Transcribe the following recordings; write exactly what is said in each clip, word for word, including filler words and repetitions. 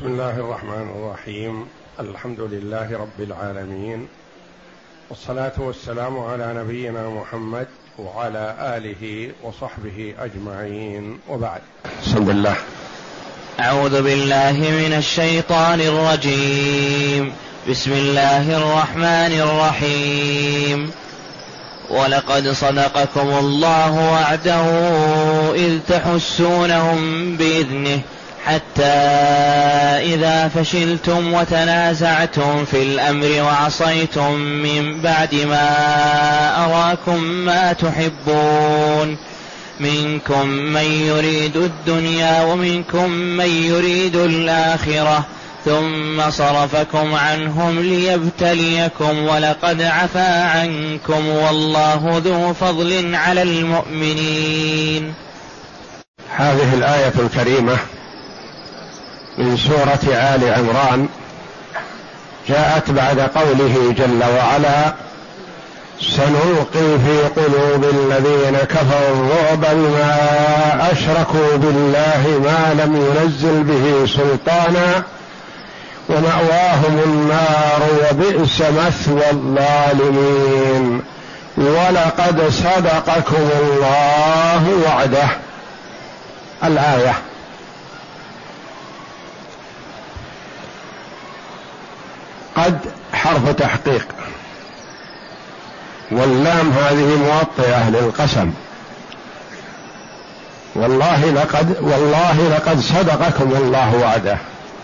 بسم الله الرحمن الرحيم. الحمد لله رب العالمين، والصلاة والسلام على نبينا محمد وعلى آله وصحبه أجمعين، وبعد. بسم الله. أعوذ بالله من الشيطان الرجيم. بسم الله الرحمن الرحيم. ولقد صدقكم الله وعده إذ تحسونهم بإذنه حتى إذا فشلتم وتنازعتم في الأمر وعصيتم من بعد ما أراكم ما تحبون منكم من يريد الدنيا ومنكم من يريد الآخرة ثم صرفكم عنهم ليبتليكم ولقد عفا عنكم والله ذو فضل على المؤمنين. هذه الآية الكريمة من سورة آل عمران جاءت بعد قوله جل وعلا: سنلقي في قلوب الذين كفروا الرعب بما أشركوا بالله ما لم ينزل به سلطانا ومأواهم النار وبئس مثوى الظالمين ولقد صدقكم الله وعده. الآية. قد حرف تحقيق، واللام هذه موطئة للقسم. والله لقد والله لقد صدقكم الله وعده.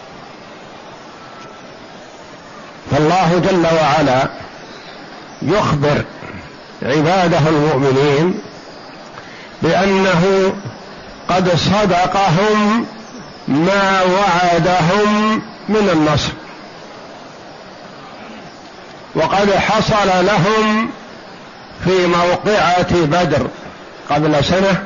فالله جل وعلا يخبر عباده المؤمنين بأنه قد صدقهم ما وعدهم من النصر، وقد حصل لهم في موقعة بدر قبل سنة،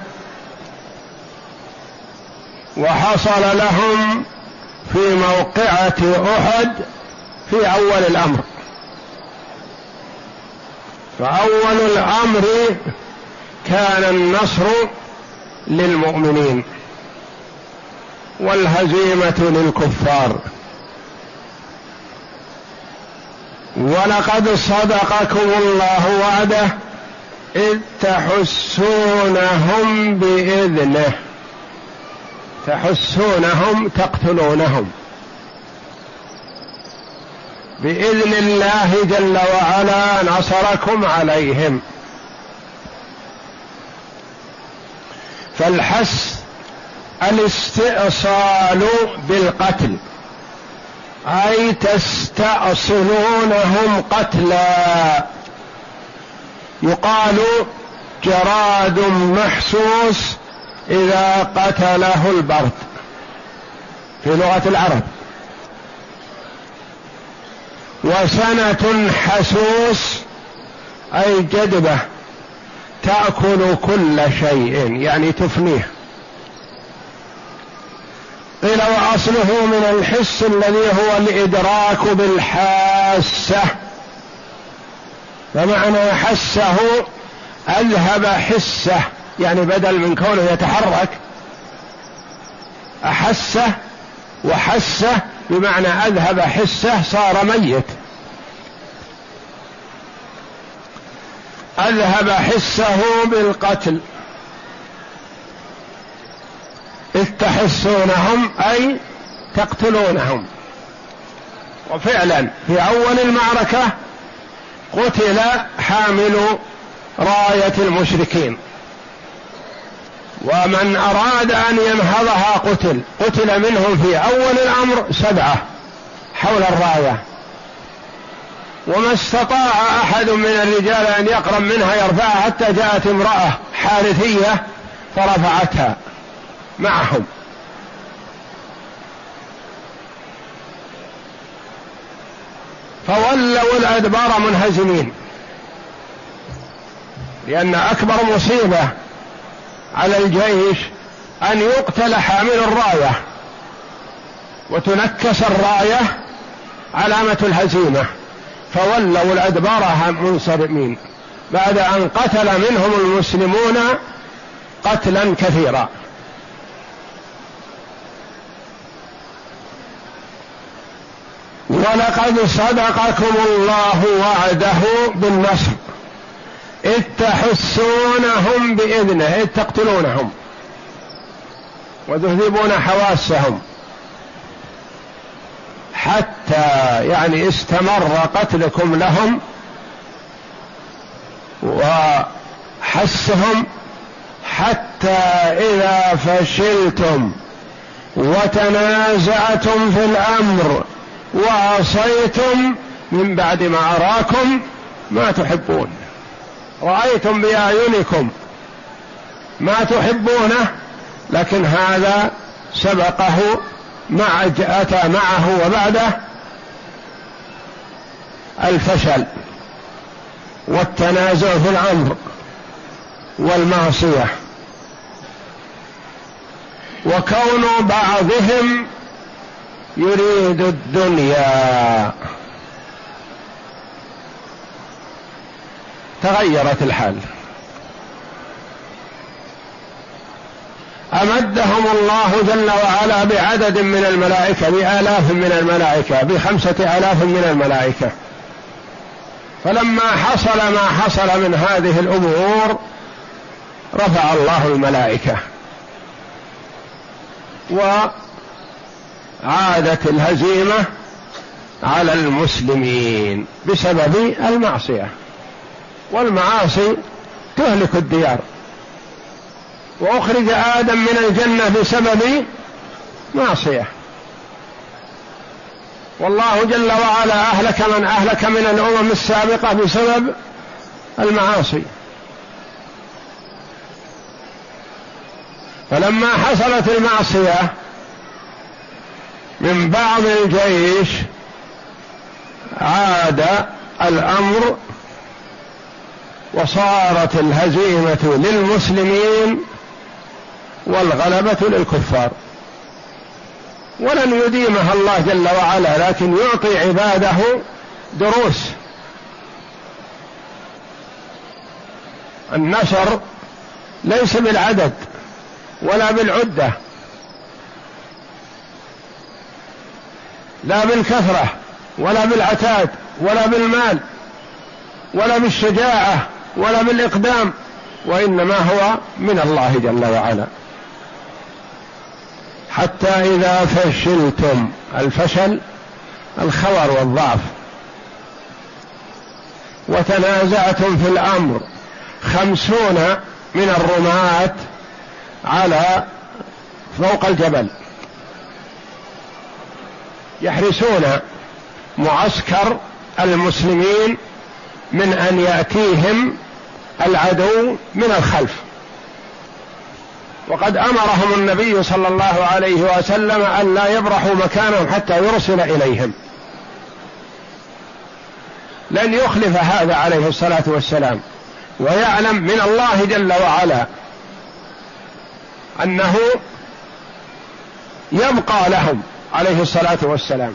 وحصل لهم في موقعة أحد في أول الأمر. فأول الأمر كان النصر للمؤمنين والهزيمة للكفار. ولقد صدقكم الله وعده إذ تحسونهم بإذنه. تحسونهم تقتلونهم بإذن الله جل وعلا، نصركم عليهم. فالحس الاستئصال بالقتل، أي تستأصلونهم قتلا. يقال جراد محسوس إذا قتله البرد في لغة العرب، وسنة حسوس أي جدبة تأكل كل شيء، يعني تفنيه. قيل وأصله من الحس الذي هو الإدراك بالحاسة، فمعنى حسه أذهب حسه، يعني بدل من كونه يتحرك أحسه، وحسه بمعنى أذهب حسه صار ميت. أذهب حسه بالقتل. إذ تحسونهم أي تقتلونهم. وفعلا في أول المعركة قتل حامل راية المشركين، ومن أراد أن ينهضها قتل. قتل منهم في أول الأمر سبعة حول الراية، وما استطاع أحد من الرجال أن يقرب منها يرفعها حتى جاءت امرأة حارثية فرفعتها معهم. فولوا الأدبار منهزمين، لأن أكبر مصيبة على الجيش أن يقتل حامل الراية وتنكس الراية، علامة الهزيمة. فولوا الأدبار منصرمين بعد أن قتل منهم المسلمون قتلا كثيرا. ولقد صدقكم الله وعده بالنصر إذ تحسونهم بإذنه، إذ تقتلونهم وتذهبون حواسهم، حتى يعني استمر قتلكم لهم وحسهم، حتى إذا فشلتم وتنازعتم في الأمر وعصيتم من بعد ما أراكم ما تحبون، رأيتم بأعينكم ما تحبونه، لكن هذا سبقه مع أتى معه وبعده الفشل والتنازع في الأمر والمعصية، وكون بعضهم يريد الدنيا. تغيرت الحال، أمدهم الله جل وعلا بعدد من الملائكة، بآلاف من الملائكة، بخمسة آلاف من الملائكة. فلما حصل ما حصل من هذه الأمور رفع الله الملائكة وعادت الهزيمة على المسلمين بسبب المعصية، والمعاصي تهلك الديار. وأخرج آدم من الجنة بسبب معصية، والله جل وعلا أهلك من أهلك من الأمم السابقة بسبب المعاصي. فلما حصلت المعصية من بعض الجيش عاد الأمر وصارت الهزيمة للمسلمين والغلبة للكفار. ولن يديمها الله جل وعلا، لكن يعطي عباده دروس. النصر ليس بالعدد ولا بالعدة، لا بالكثرة ولا بالعتاد ولا بالمال ولا بالشجاعة ولا بالإقدام، وإنما هو من الله جل وعلا. حتى إذا فشلتم، الفشل الخور والضعف، وتنازعتم في الأمر، خمسون من الرماة على فوق الجبل يحرسون معسكر المسلمين من أن يأتيهم العدو من الخلف. وقد أمرهم النبي صلى الله عليه وسلم أن لا يبرحوا مكانهم حتى يرسل إليهم، لن يخلف هذا عليه الصلاة والسلام، ويعلم من الله جل وعلا أنه يبقى لهم عليه الصلاة والسلام.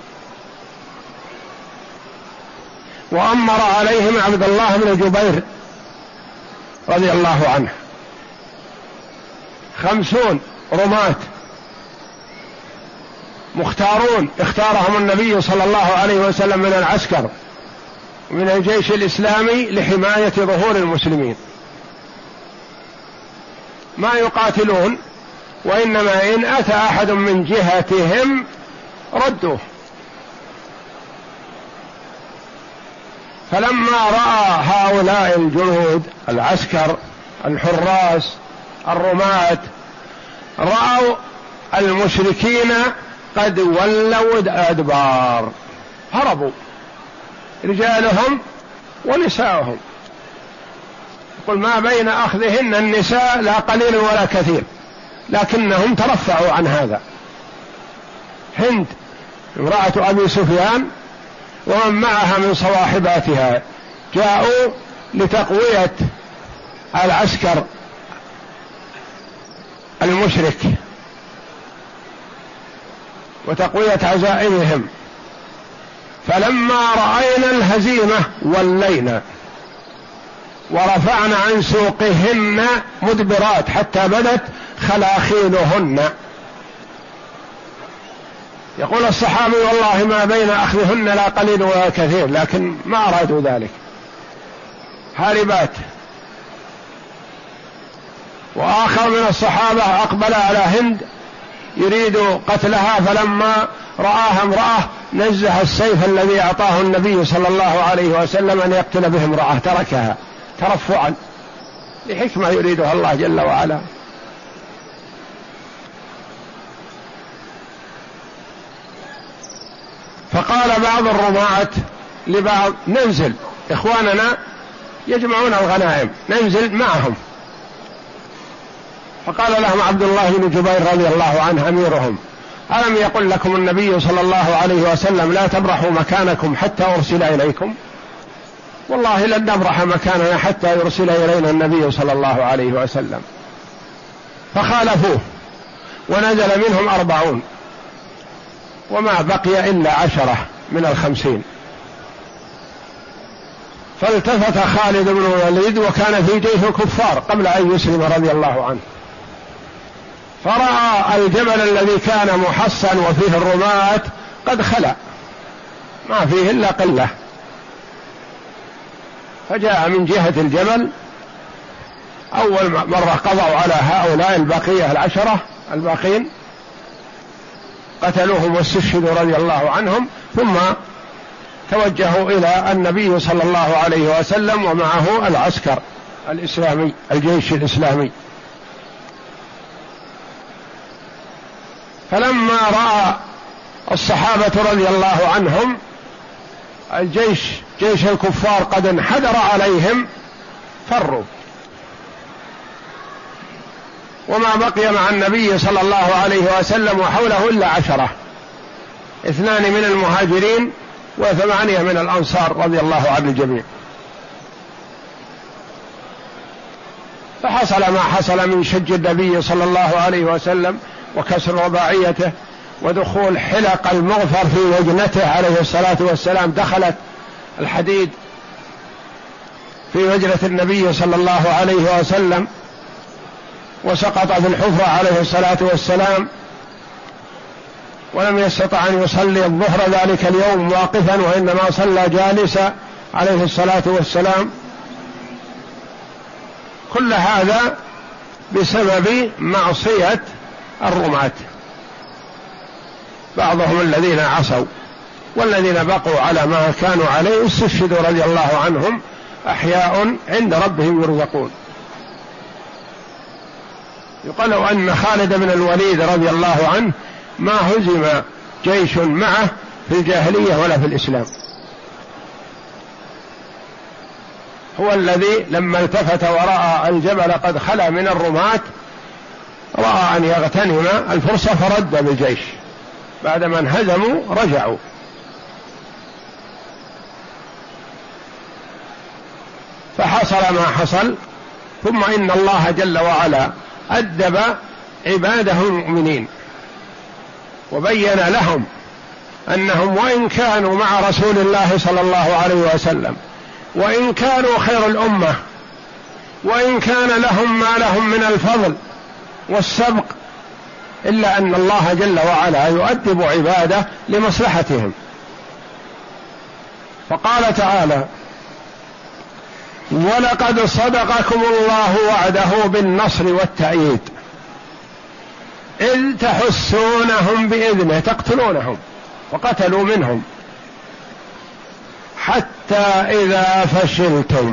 وأمر عليهم عبد الله بن جبير رضي الله عنه، خمسون رماة مختارون اختارهم النبي صلى الله عليه وسلم من العسكر من الجيش الإسلامي لحماية ظهور المسلمين، ما يقاتلون، وإنما إن أتى أحد من جهتهم ردوه. فلما رأى هؤلاء الجنود العسكر الحراس الرماة، رأوا المشركين قد ولوا الأدبار، هربوا رجالهم ونساءهم، يقول ما بين أخذهن النساء لا قليل ولا كثير، لكنهم ترفعوا عن هذا. هند امرأة أبي سفيان ومن معها من صواحباتها جاءوا لتقوية العسكر المشرك وتقوية عزائمهم. فلما رأينا الهزيمة ولينا ورفعنا عن سوقهن مدبرات حتى بدت خلاخيلهن، يقول الصحابي والله ما بين أخذهن لا قليل ولا كثير، لكن ما أرادوا ذلك، هاربات. وآخر من الصحابة أقبل على هند يريد قتلها، فلما رآها امرأة نزه السيف الذي أعطاه النبي صلى الله عليه وسلم أن يقتل به امرأة، تركها ترفعا لحكمة يريدها الله جل وعلا. فقال بعض الرماة لبعض ننزل، إخواننا يجمعون الغنائم ننزل معهم. فقال لهم عبد الله بن جبير رضي الله عنه أميرهم: ألم يقل لكم النبي صلى الله عليه وسلم لا تبرحوا مكانكم حتى أرسل إليكم؟ والله لن نبرح مكاننا حتى يرسل إلينا النبي صلى الله عليه وسلم. فخالفوه ونزل منهم أربعون، وما بقي إلا عشرة من الخمسين. فالتفت خالد بن الوليد وكان في جيش الكفار قبل أن يسلم رضي الله عنه، فرأى الجبل الذي كان محصن وفيه الرماة قد خلأ، ما فيه إلا قلة، فجاء من جهة الجبل. أول مرة قضوا على هؤلاء البقية العشرة الباقين، قتلوهم واستشهدوا رضي الله عنهم، ثم توجهوا إلى النبي صلى الله عليه وسلم ومعه العسكر الإسلامي الجيش الإسلامي. فلما رأى الصحابة رضي الله عنهم الجيش جيش الكفار قد انحدر عليهم فروا، وما بقي مع النبي صلى الله عليه وسلم وحوله إلا عشرة، اثنان من المهاجرين وثمانية من الأنصار رضي الله عن الجميع. فحصل ما حصل من شج النبي صلى الله عليه وسلم وكسر رباعيته ودخول حلق المغفر في وجنته عليه الصلاة والسلام، دخلت الحديد في وجنة النبي صلى الله عليه وسلم وسقط في الحفرة عليه الصلاة والسلام، ولم يستطع أن يصلي الظهر ذلك اليوم واقفا، وإنما صلى جالسا عليه الصلاة والسلام. كل هذا بسبب معصية الرماة، بعضهم الذين عصوا، والذين بقوا على ما كانوا عليه استشهدوا رضي الله عنهم، أحياء عند ربهم يرزقون. يقال أن خالد بن الوليد رضي الله عنه ما هزم جيش معه في الجاهلية ولا في الإسلام، هو الذي لما التفت ورأى الجبل قد خلا من الرماة رأى أن يغتنم الفرصة فرد بالجيش، بعدما انهزموا رجعوا. فحصل ما حصل. ثم إن الله جل وعلا أدب عباده المؤمنين وبين لهم أنهم وإن كانوا مع رسول الله صلى الله عليه وسلم، وإن كانوا خير الأمة، وإن كان لهم ما لهم من الفضل والسبق، إلا أن الله جل وعلا يؤدب عباده لمصلحتهم. فقال تعالى: ولقد صدقكم الله وعده بالنصر والتأييد إذ تحسونهم بإذنه، تقتلونهم وقتلوا منهم، حتى إذا فشلتم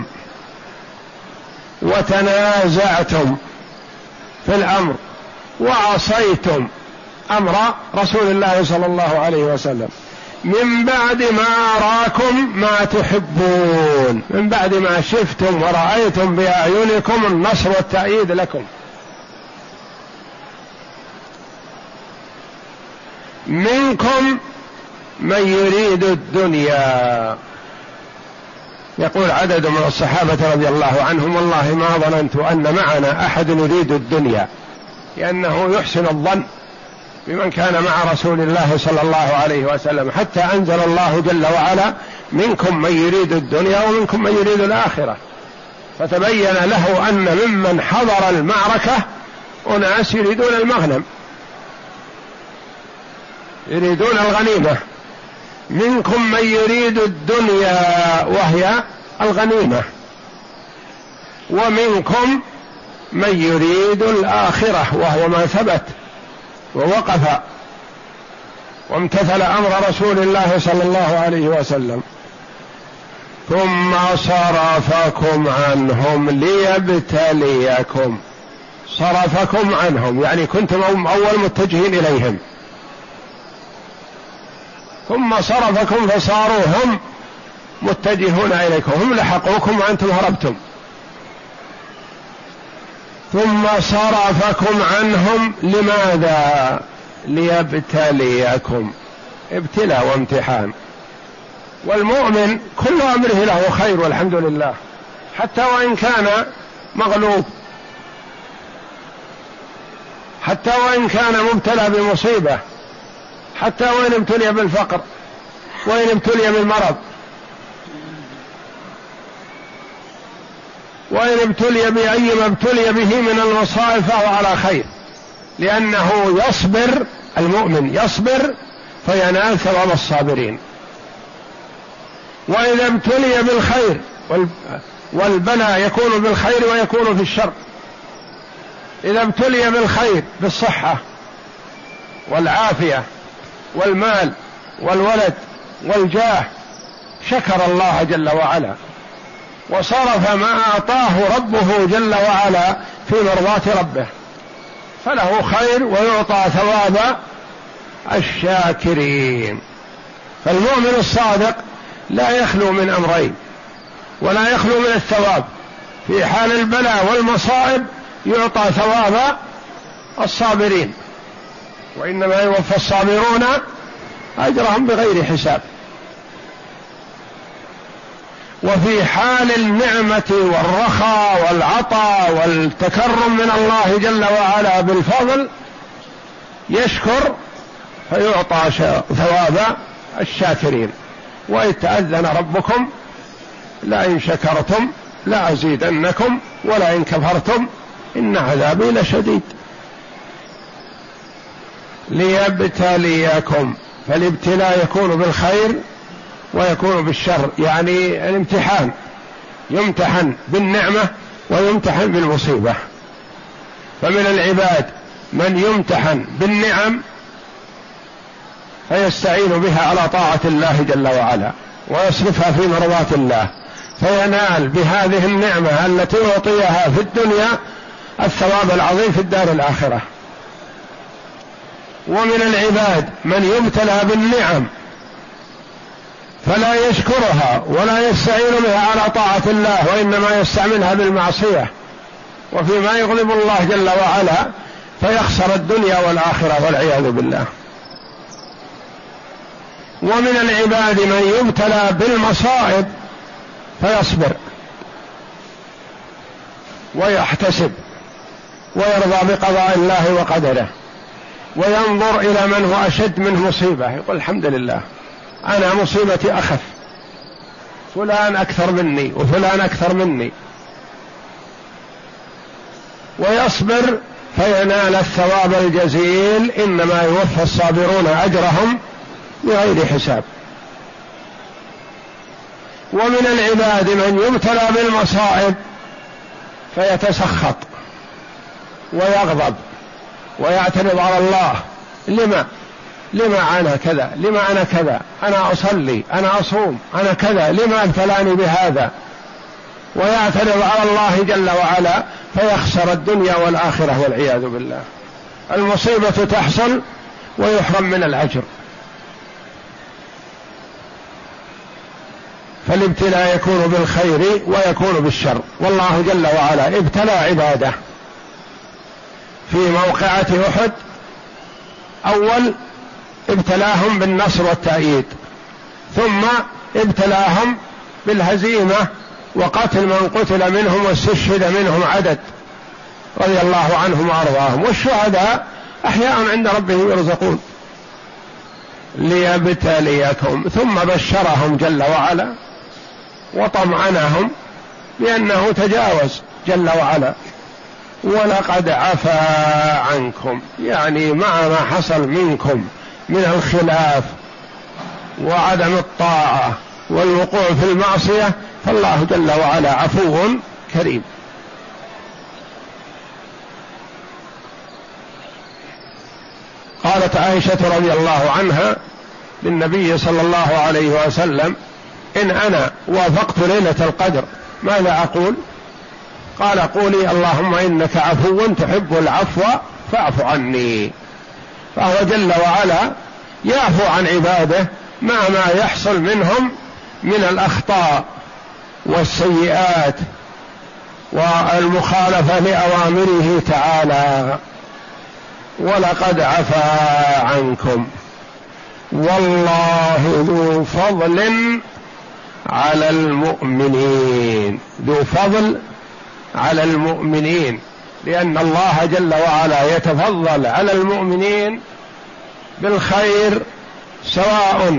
وتنازعتم في الأمر وعصيتم أمر رسول الله صلى الله عليه وسلم من بعد ما أراكم ما تحبون، من بعد ما شفتم ورأيتم بأعينكم النصر والتأييد لكم، منكم من يريد الدنيا. يقول عدد من الصحابة رضي الله عنهم: والله ما ظننت أن معنا أحد يريد الدنيا، لأنه يحسن الظن بمن كان مع رسول الله صلى الله عليه وسلم، حتى أنزل الله جل وعلا: منكم من يريد الدنيا ومنكم من يريد الآخرة. فتبين له أن ممن حضر المعركة أناس يريدون المغنم، يريدون الغنيمة. منكم من يريد الدنيا وهي الغنيمة، ومنكم من يريد الآخرة وهو ما ثبت ووقف وامتثل أمر رسول الله صلى الله عليه وسلم. ثم صرفكم عنهم ليبتليكم. صرفكم عنهم يعني كنتم أول متجهين إليهم، ثم صرفكم فصاروا هم متجهون إليكم، هم لحقوكم وأنتم هربتم. ثم صرفكم عنهم لماذا؟ ليبتليكم. ابتلاء وامتحان. والمؤمن كل أمره له خير والحمد لله، حتى وإن كان مغلوب، حتى وإن كان مبتلى بمصيبة، حتى وإن ابتلي بالفقر، وإن ابتلي بالمرض، وإن ابتلي بأي ما ابتلي به من المصائب فهو على خير، لأنه يصبر. المؤمن يصبر فينال ثواب الصابرين. وإذا ابتلي بالخير، والبلاء يكون بالخير ويكون في الشر. إذا ابتلي بالخير بالصحة والعافية والمال والولد والجاه شكر الله جل وعلا وصرف ما أعطاه ربه جل وعلا في مرضاة ربه، فله خير ويعطى ثواب الشاكرين. فالمؤمن الصادق لا يخلو من أمرين ولا يخلو من الثواب. في حال البلاء والمصائب يعطى ثواب الصابرين، وإنما يوفى الصابرون أجرهم بغير حساب. وفي حال النعمة والرخاء والعطاء والتكرم من الله جل وعلا بالفضل يشكر فيعطى ثواب الشاكرين. وإذ تأذن ربكم لئن شكرتم لأزيدنكم ولئن كفرتم إن عذابي لشديد. ليبتليكم، فالابتلاء يكون بالخير ويكون بالشر، يعني الامتحان، يمتحن بالنعمة ويمتحن بالمصيبة. فمن العباد من يمتحن بالنعم فيستعين بها على طاعة الله جل وعلا ويصرفها في مرضاة الله، فينال بهذه النعمة التي أعطيها في الدنيا الثواب العظيم في الدار الآخرة. ومن العباد من يبتلى بالنعم فلا يشكرها ولا يستعين بها على طاعة الله، وإنما يستعملها بالمعصية وفيما يغضب الله جل وعلا، فيخسر الدنيا والآخرة والعياذ بالله. ومن العباد من يبتلى بالمصائب فيصبر ويحتسب ويرضى بقضاء الله وقدره، وينظر إلى من هو أشد منه مصيبة، يقول الحمد لله أنا مصيبتي أخف، فلان أكثر مني وفلان أكثر مني، ويصبر فينال الثواب الجزيل. إنما يوفى الصابرون أجرهم بغير حساب. ومن العباد من يبتلى بالمصائب فيتسخط ويغضب ويعترض على الله، لما لما أنا كذا، لما أنا كذا، أنا أصلي، أنا أصوم، أنا كذا، لما ابتلاني بهذا، ويعترض على الله جل وعلا فيخسر الدنيا والآخرة والعياذ بالله. المصيبة تحصل ويحرم من الأجر. فالابتلاء يكون بالخير ويكون بالشر، والله جل وعلا ابتلى عباده في موقعة أحد. أول ابتلاهم بالنصر والتأييد، ثم ابتلاهم بالهزيمة وقتل من قتل منهم واستشهد منهم عدد رضي الله عنهم وأرضاهم، والشهداء أحياء عند ربهم يرزقون. ليبتليكم، ثم بشرهم جل وعلا وطمعنهم بأنه تجاوز جل وعلا. ولقد عفا عنكم، يعني مع ما حصل منكم من الخلاف وعدم الطاعة والوقوع في المعصية، فالله جل وعلا عفو كريم. قالت عائشة رضي الله عنها للنبي صلى الله عليه وسلم: إن أنا وافقت ليلة القدر ماذا أقول؟ قال: قولي اللهم إنك عفو تحب العفو فاعف عني. فهو جل وعلا يعفو عن عباده مع ما يحصل منهم من الأخطاء والسيئات والمخالفة لأوامره تعالى. ولقد عفا عنكم والله ذو فضل على المؤمنين. ذو فضل على المؤمنين، لأن الله جل وعلا يتفضل على المؤمنين بالخير، سواء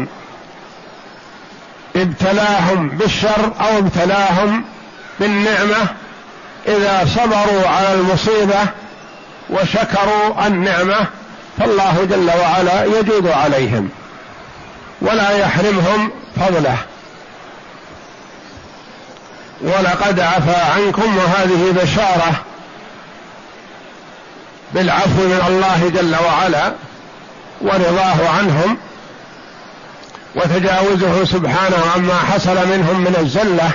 ابتلاهم بالشر أو ابتلاهم بالنعمة. إذا صبروا على المصيبة وشكروا النعمة فالله جل وعلا يجود عليهم ولا يحرمهم فضله. ولقد عفا عنكم، وهذه بشارة بالعفو من الله جل وعلا ورضاه عنهم وتجاوزه سبحانه عما حصل منهم من الزلة.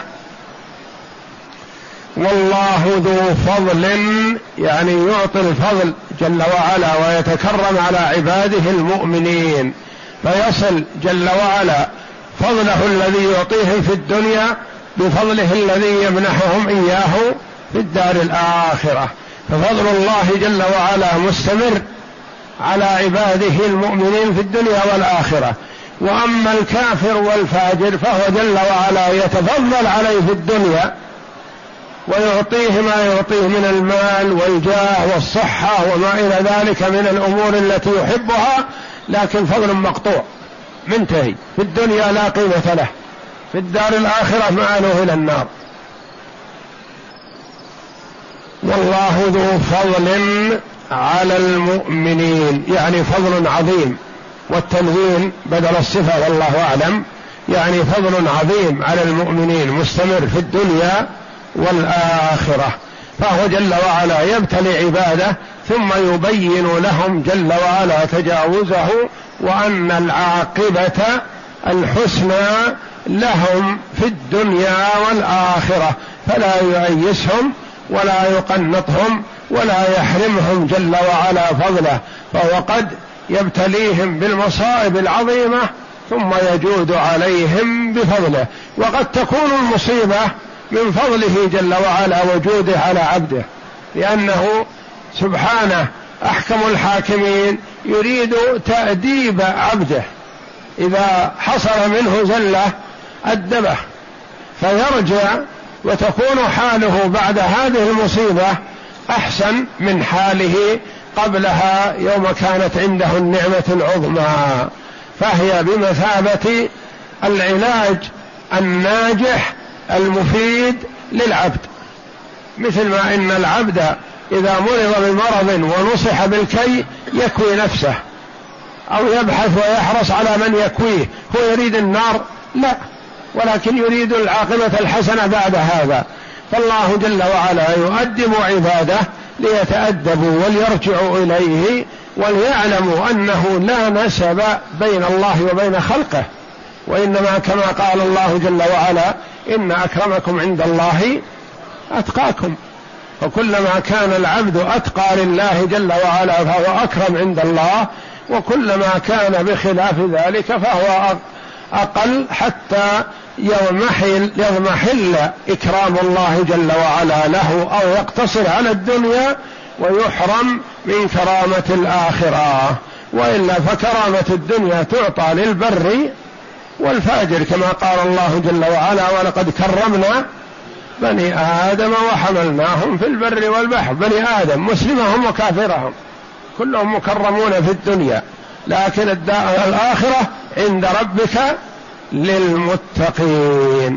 والله ذو فضل، يعني يعطي الفضل جل وعلا ويتكرم على عباده المؤمنين، فيصل جل وعلا فضله الذي يعطيهم في الدنيا بفضله الذي يمنحهم إياه في الدار الآخرة. ففضل الله جل وعلا مستمر على عباده المؤمنين في الدنيا والآخرة. وأما الكافر والفاجر فهو جل وعلا يتفضل عليه في الدنيا ويعطيه ما يعطيه من المال والجاه والصحة وما إلى ذلك من الأمور التي يحبها، لكن فضل مقطوع منتهي في الدنيا لا قيمة له، في الدار الآخرة مآله إلى النار. والله ذو فضل على المؤمنين، يعني فضل عظيم، والتنوين بدل الصفة والله أعلم، يعني فضل عظيم على المؤمنين مستمر في الدنيا والآخرة. فهو جل وعلا يبتلي عباده ثم يبين لهم جل وعلا تجاوزه، وأن العاقبة الحسنى لهم في الدنيا والآخرة، فلا يؤيسهم ولا يقنطهم ولا يحرمهم جل وعلا فضله. فهو قد يبتليهم بالمصائب العظيمة ثم يجود عليهم بفضله، وقد تكون المصيبة من فضله جل وعلا وجوده على عبده، لأنه سبحانه أحكم الحاكمين يريد تأديب عبده، إذا حصل منه زلة أدبه فيرجع، وتكون حاله بعد هذه المصيبة أحسن من حاله قبلها يوم كانت عنده النعمة العظمى. فهي بمثابة العلاج الناجح المفيد للعبد، مثل ما إن العبد إذا مرض بمرض ونصح بالكي يكوي نفسه أو يبحث ويحرص على من يكويه. هو يريد النار؟ لا، ولكن يريد العاقبة الحسنة بعد هذا. فالله جل وعلا يؤدب عباده ليتأدبوا وليرجعوا إليه وليعلموا أنه لا نسب بين الله وبين خلقه، وإنما كما قال الله جل وعلا: إن أكرمكم عند الله أتقاكم. فكلما كان العبد أتقى لله جل وعلا فهو أكرم عند الله، وكلما كان بخلاف ذلك فهو أقل، حتى يضمحل, يضمحل إكرام الله جل وعلا له أو يقتصر على الدنيا ويحرم من كرامة الآخرة. وإلا فكرامة الدنيا تعطى للبر والفاجر، كما قال الله جل وعلا: ولقد كرمنا بني آدم وحملناهم في البر والبحر. بني آدم مسلمهم وكافرهم كلهم مكرمون في الدنيا، لكن الدار الآخرة عند ربك للمتقين.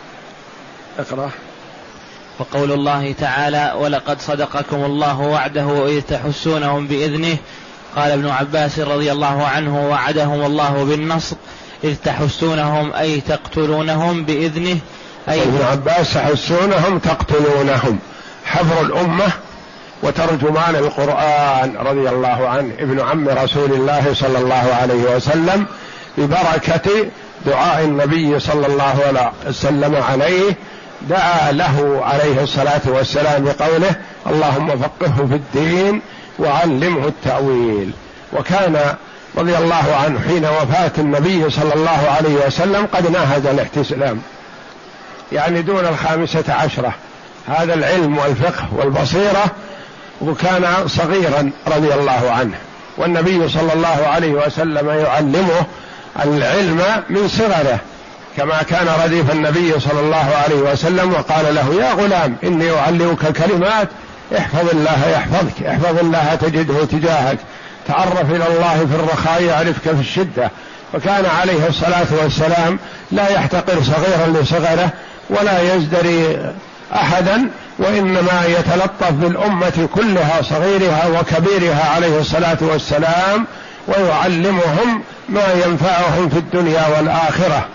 اقرأ. وقول الله تعالى: ولقد صدقكم الله وعده إذ تحسونهم بإذنه قال ابن عباس رضي الله عنه: وعدهم الله بالنصر إذ تحسونهم أي تقتلونهم بإذنه. أي ابن عباس تحسونهم تقتلونهم، حبر الأمة وترجمان القرآن رضي الله عنه، ابن عم رسول الله صلى الله عليه وسلم، ببركة دعاء النبي صلى الله عليه وسلم عليه، دعا له عليه الصلاة والسلام بقوله: اللهم فقهه في الدين وعلمه التأويل. وكان رضي الله عنه حين وفاة النبي صلى الله عليه وسلم قد ناهز الاحتسام، يعني دون الخامسة عشرة، هذا العلم والفقه والبصيرة، وكان صغيرا رضي الله عنه، والنبي صلى الله عليه وسلم يعلمه العلم من صغره، كما كان رديف النبي صلى الله عليه وسلم وقال له: يا غلام إني أعلمك كلمات احفظ الله يحفظك، احفظ الله تجده تجاهك، تعرف إلى الله في الرخاء يعرفك في الشدة. فكان عليه الصلاة والسلام لا يحتقر صغيرا لصغره ولا يزدري أحدا، وإنما يتلطف بالأمة كلها صغيرها وكبيرها عليه الصلاة والسلام، ويعلمهم ما ينفعهم في الدنيا والآخرة،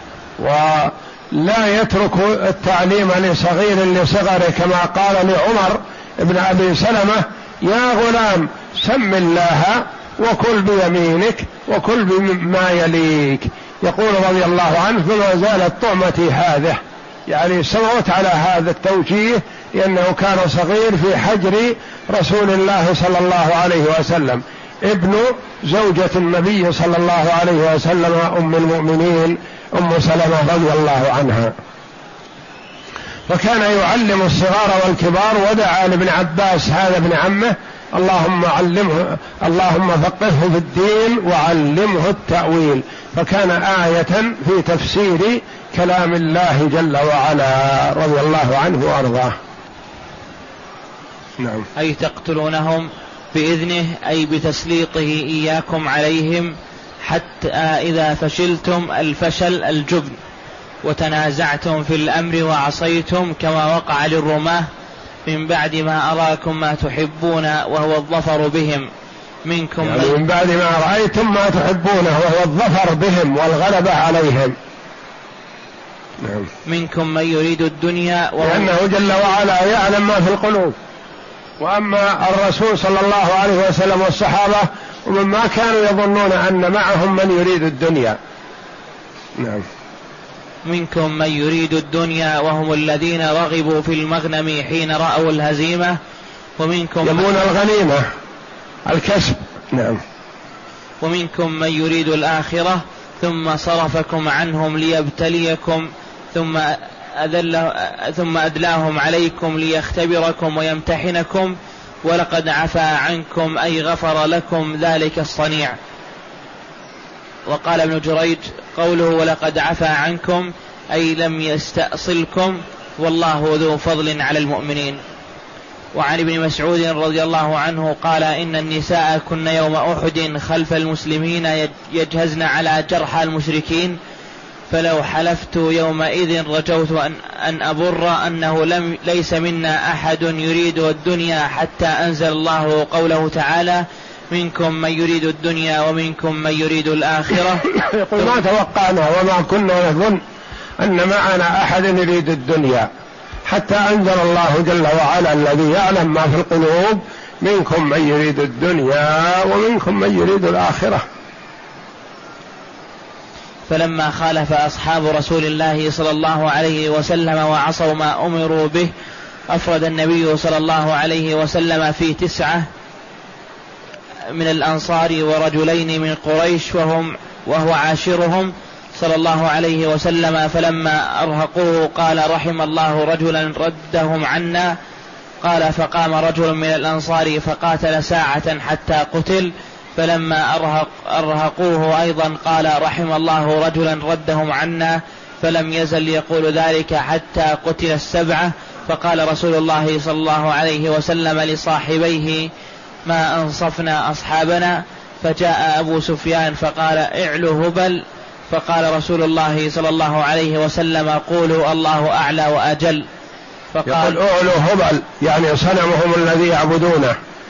ولا يترك التعليم لصغير لصغره، كما قال لعمر ابن أبي سلمة: يا غلام سم الله وكل بيمينك وكل بما يليك. يقول رضي الله عنه: فما زالت طعمتي هذه، يعني سمعت على هذا التوجيه لأنه كان صغير في حجر رسول الله صلى الله عليه وسلم، ابن زوجة النبي صلى الله عليه وسلم أم المؤمنين أم سلمة رضي الله عنها. فكان يعلم الصغار والكبار، ودعا لابن عباس هذا ابن عمه: اللهم علمه، اللهم فقهه في الدين وعلمه التأويل. فكان آية في تفسير كلام الله جل وعلا رضي الله عنه وأرضاه. نعم. أي تقتلونهم بإذنه، أي بتسليطه إياكم عليهم، حتى إذا فشلتم الفشل الجبن وتنازعتم في الأمر وعصيتم، كما وقع للرماة من بعد ما أراكم ما تحبون وهو الظفر بهم منكم، يعني من بعد ما رأيتم ما تحبونه وهو الظفر بهم والغلبة عليهم. نعم. منكم من يريد الدنيا، لأنه جل وعلا يعلم ما في القلوب. وأما الرسول صلى الله عليه وسلم والصحابة ومما كانوا يظنون أن معهم من يريد الدنيا. نعم. منكم من يريد الدنيا وهم الذين رغبوا في المغنم حين رأوا الهزيمة، ومنكم يبون الغنيمة الكسب. نعم. ومنكم من يريد الآخرة ثم صرفكم عنهم ليبتليكم ثم أذل ثم أدلاهم عليكم ليختبركم ويمتحنكم، ولقد عفا عنكم أي غفر لكم ذلك الصنيع. وقال ابن جريج قوله ولقد عفا عنكم أي لم يستأصلكم، والله ذو فضل على المؤمنين. وعن ابن مسعود رضي الله عنه قال: إن النساء كن يوم أحد خلف المسلمين يجهزن على جرحى المشركين، فلو حلفت يومئذ رجوت أن, أن أبر أنه لم ليس منا أحد يريد الدنيا، حتى أنزل الله قوله تعالى: منكم من يريد الدنيا ومنكم من يريد الآخرة. يقول: ما توقعنا وما كنا نظن أن معنا أحد يريد الدنيا، حتى أنزل الله جل وعلا الذي يعلم ما في القلوب: منكم من يريد الدنيا ومنكم من يريد الآخرة. فلما خالف أصحاب رسول الله صلى الله عليه وسلم وعصوا ما أمروا به، أفرد النبي صلى الله عليه وسلم في تسعة من الأنصار ورجلين من قريش وهم وهو عاشرهم صلى الله عليه وسلم. فلما أرهقوه قال: رحم الله رجلا ردهم عنا. قال: فقام رجل من الأنصار فقاتل ساعة حتى قتل. فلما أرهق أرهقوه أيضا قال: رحم الله رجلا ردهم عنا. فلم يزل يقول ذلك حتى قتل السبعة. فقال رسول الله صلى الله عليه وسلم لصاحبيه: ما أنصفنا أصحابنا. فجاء أبو سفيان فقال: اعلوا هبل. فقال رسول الله صلى الله عليه وسلم: قولوا الله أعلى وأجل. فقال: يقول: اعلوا هبل، يعني صنمهم الذي يعبدونه،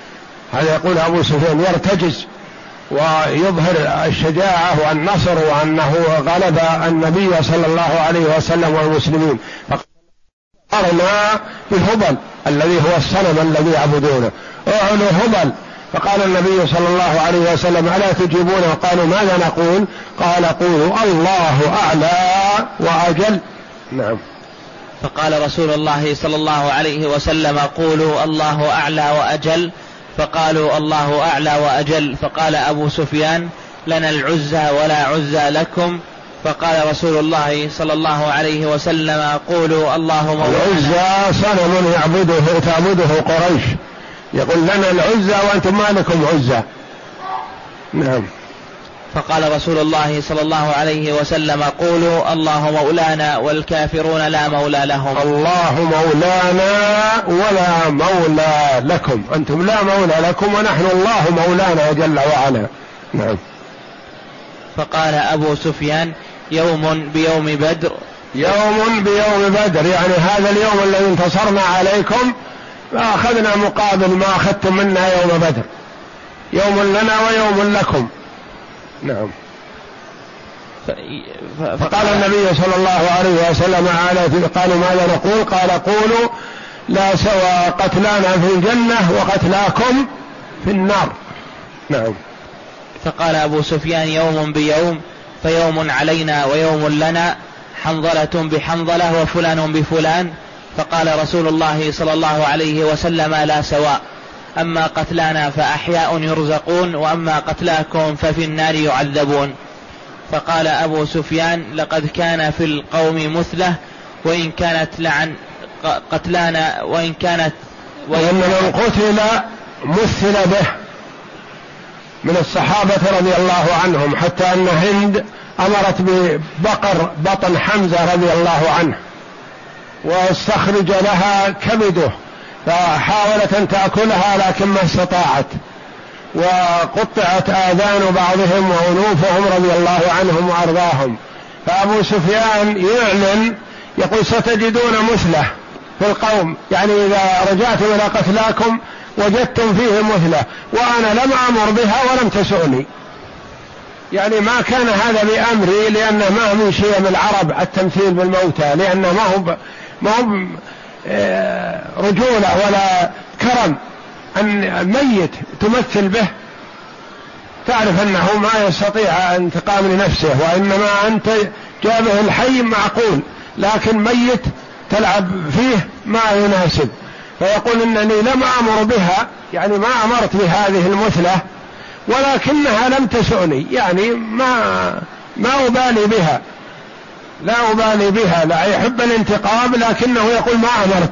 هذا يقول أبو سفيان يرتجز ويظهر الشجاعة والنصر وأنه غلب النبي صلى الله عليه وسلم والمسلمين. فقالنا بهبل الذي هو الصنم الذي يعبدونه، اعلوا هبل. فقال النبي صلى الله عليه وسلم ألا تجيبون؟ وقالوا ماذا نقول؟ قال قولوا الله أعلى وأجل. نعم. فقال رسول الله صلى الله عليه وسلم قولوا الله أعلى وأجل. فقالوا الله أعلى وأجل. فقال أبو سفيان لنا العزى ولا عزى لكم. فقال رسول الله صلى الله عليه وسلم قولوا الله مولانا. العزى صنم يعبده تعبده قريش، يقول لنا العزى وأنتم ما لكم عزى. نعم. فقال رسول الله صلى الله عليه وسلم قولوا الله مولانا والكافرون لا مولى لهم. الله مولانا ولا مولى لكم، أنتم لا مولى لكم ونحن الله مولانا جل وعلا. نعم. فقال أبو سفيان يوم بيوم بدر. يوم بيوم بدر يعني هذا اليوم الذي انتصرنا عليكم فأخذنا مقابل ما أخذتم منا يوم بدر، يوم لنا ويوم لكم. نعم. فقال النبي صلى الله عليه وسلم قالوا ماذا نقول؟ قال قولوا لا سوى قتلانا في الجنة وقتلاكم في النار. نعم. فقال أبو سفيان يوم بيوم، فيوم علينا ويوم لنا، حنظلة بحنظلة وفلان بفلان. فقال رسول الله صلى الله عليه وسلم لا سواء، أما قتلانا فأحياء يرزقون وأما قتلاكم ففي النار يعذبون. فقال أبو سفيان لقد كان في القوم مثلة وإن كانت لعن قتلانا وإن كانت وإن من قتل مثل به من الصحابة رضي الله عنهم، حتى أن هند أمرت ببقر بطن حمزة رضي الله عنه واستخرج لها كبده فحاولت أن تأكلها لكن ما استطاعت، وقطعت آذان بعضهم وأنوفهم رضي الله عنهم وأرضاهم. فأبو سفيان يعلن يقول ستجدون مثله في القوم، يعني إذا رجعتم إلى قتلاكم وجدتم فيه مثله وأنا لم أمر بها ولم تسؤني. يعني ما كان هذا بأمري، لأنه ما من شيء من العرب التمثيل بالموتى، لأنه ما هو ما هو رجولة ولا كرم أن الميت تمثل به، تعرف أنه ما يستطيع انتقام لنفسه، وإنما أنت جابه الحي معقول، لكن ميت تلعب فيه ما يناسب. فيقول إنني لم أمر بها، يعني ما أمرت بهذه المثلة ولكنها لم تسؤني، يعني ما ما أبالي بها، لا أبالي بها، لا يحب الانتقام لكنه يقول ما أمرت.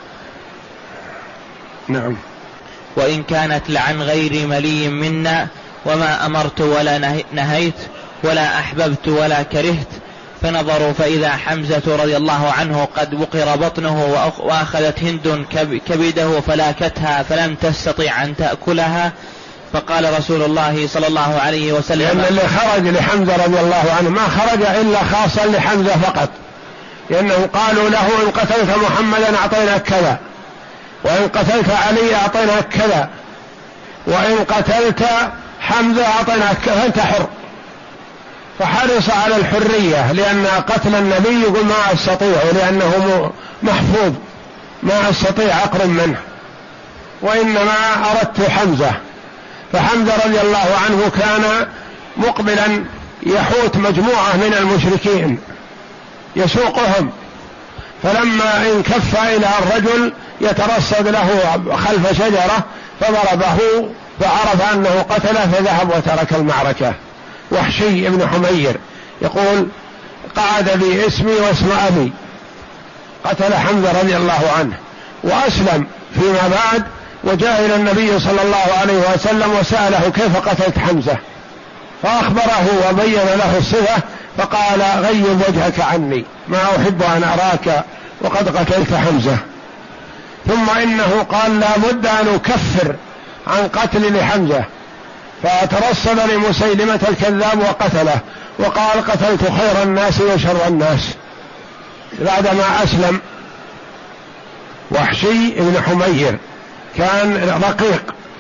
نعم. وإن كانت لعن غير ملي منا وما أمرت ولا نهيت ولا أحببت ولا كرهت. فنظروا فإذا حمزة رضي الله عنه قد بقر بطنه وأخذت هند كبده فلاكتها فلم تستطيع أن تأكلها. فقال رسول الله صلى الله عليه وسلم لأن اللي خرج لحمزة رضي الله عنه ما خرج إلا خاصا لحمزة فقط، لأنه قالوا له إن قتلت محمدا أعطيناك كذا، وإن قتلت علي أعطيناك كذا، وإن قتلت حمزة أعطيناك كذا، فأنت حر. فحرص على الحرية، لأن قتل النبي يقول ما أستطيع، لأنه محفوظ ما أستطيع أقرب منه، وإنما أردت حمزة. فحمزة رضي الله عنه كان مقبلا يحوت مجموعة من المشركين يسوقهم، فلما انكف إلى الرجل يترصد له خلف شجرة فضربه فعرف أنه قتله فذهب وترك المعركة. وحشي بن حمير يقول قعد بي اسمي واسم أبي، قتل حمزة رضي الله عنه وأسلم فيما بعد، وجاء إلى النبي صلى الله عليه وسلم وسأله كيف قتلت حمزة، فأخبره وبين له الصفة، فقال غيب وجهك عني ما أحب أن أراك وقد قتلت حمزة. ثم إنه قال لا بد أن أكفر عن قتل لحمزة، فترصد لمسيلمة الكذاب وقتله، وقال قتلت خير الناس وشر الناس بعدما أسلم. وحشي بن حمير كان رقيق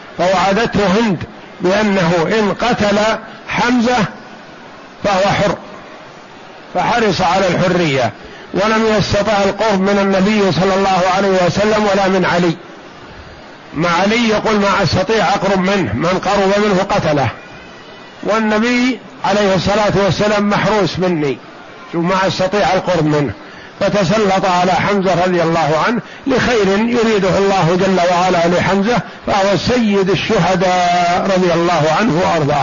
فوعدته هند بأنه إن قتل حمزة فهو حر، فحرص على الحرية، ولم يستطع القرب من النبي صلى الله عليه وسلم ولا من علي. مع علي يقول ما أستطيع أقرب منه، من قرب منه قتله، والنبي عليه الصلاة والسلام محروس مني وما أستطيع القرب منه، فتسلط على حمزة رضي الله عنه لخير يريده الله جل وعلا لحمزة، فهو سيد الشهداء رضي الله عنه وأرضاه.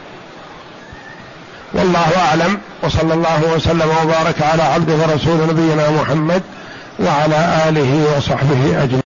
والله أعلم، وصلى الله وسلم وبارك على عبده ورسوله نبينا محمد وعلى آله وصحبه أجمعين.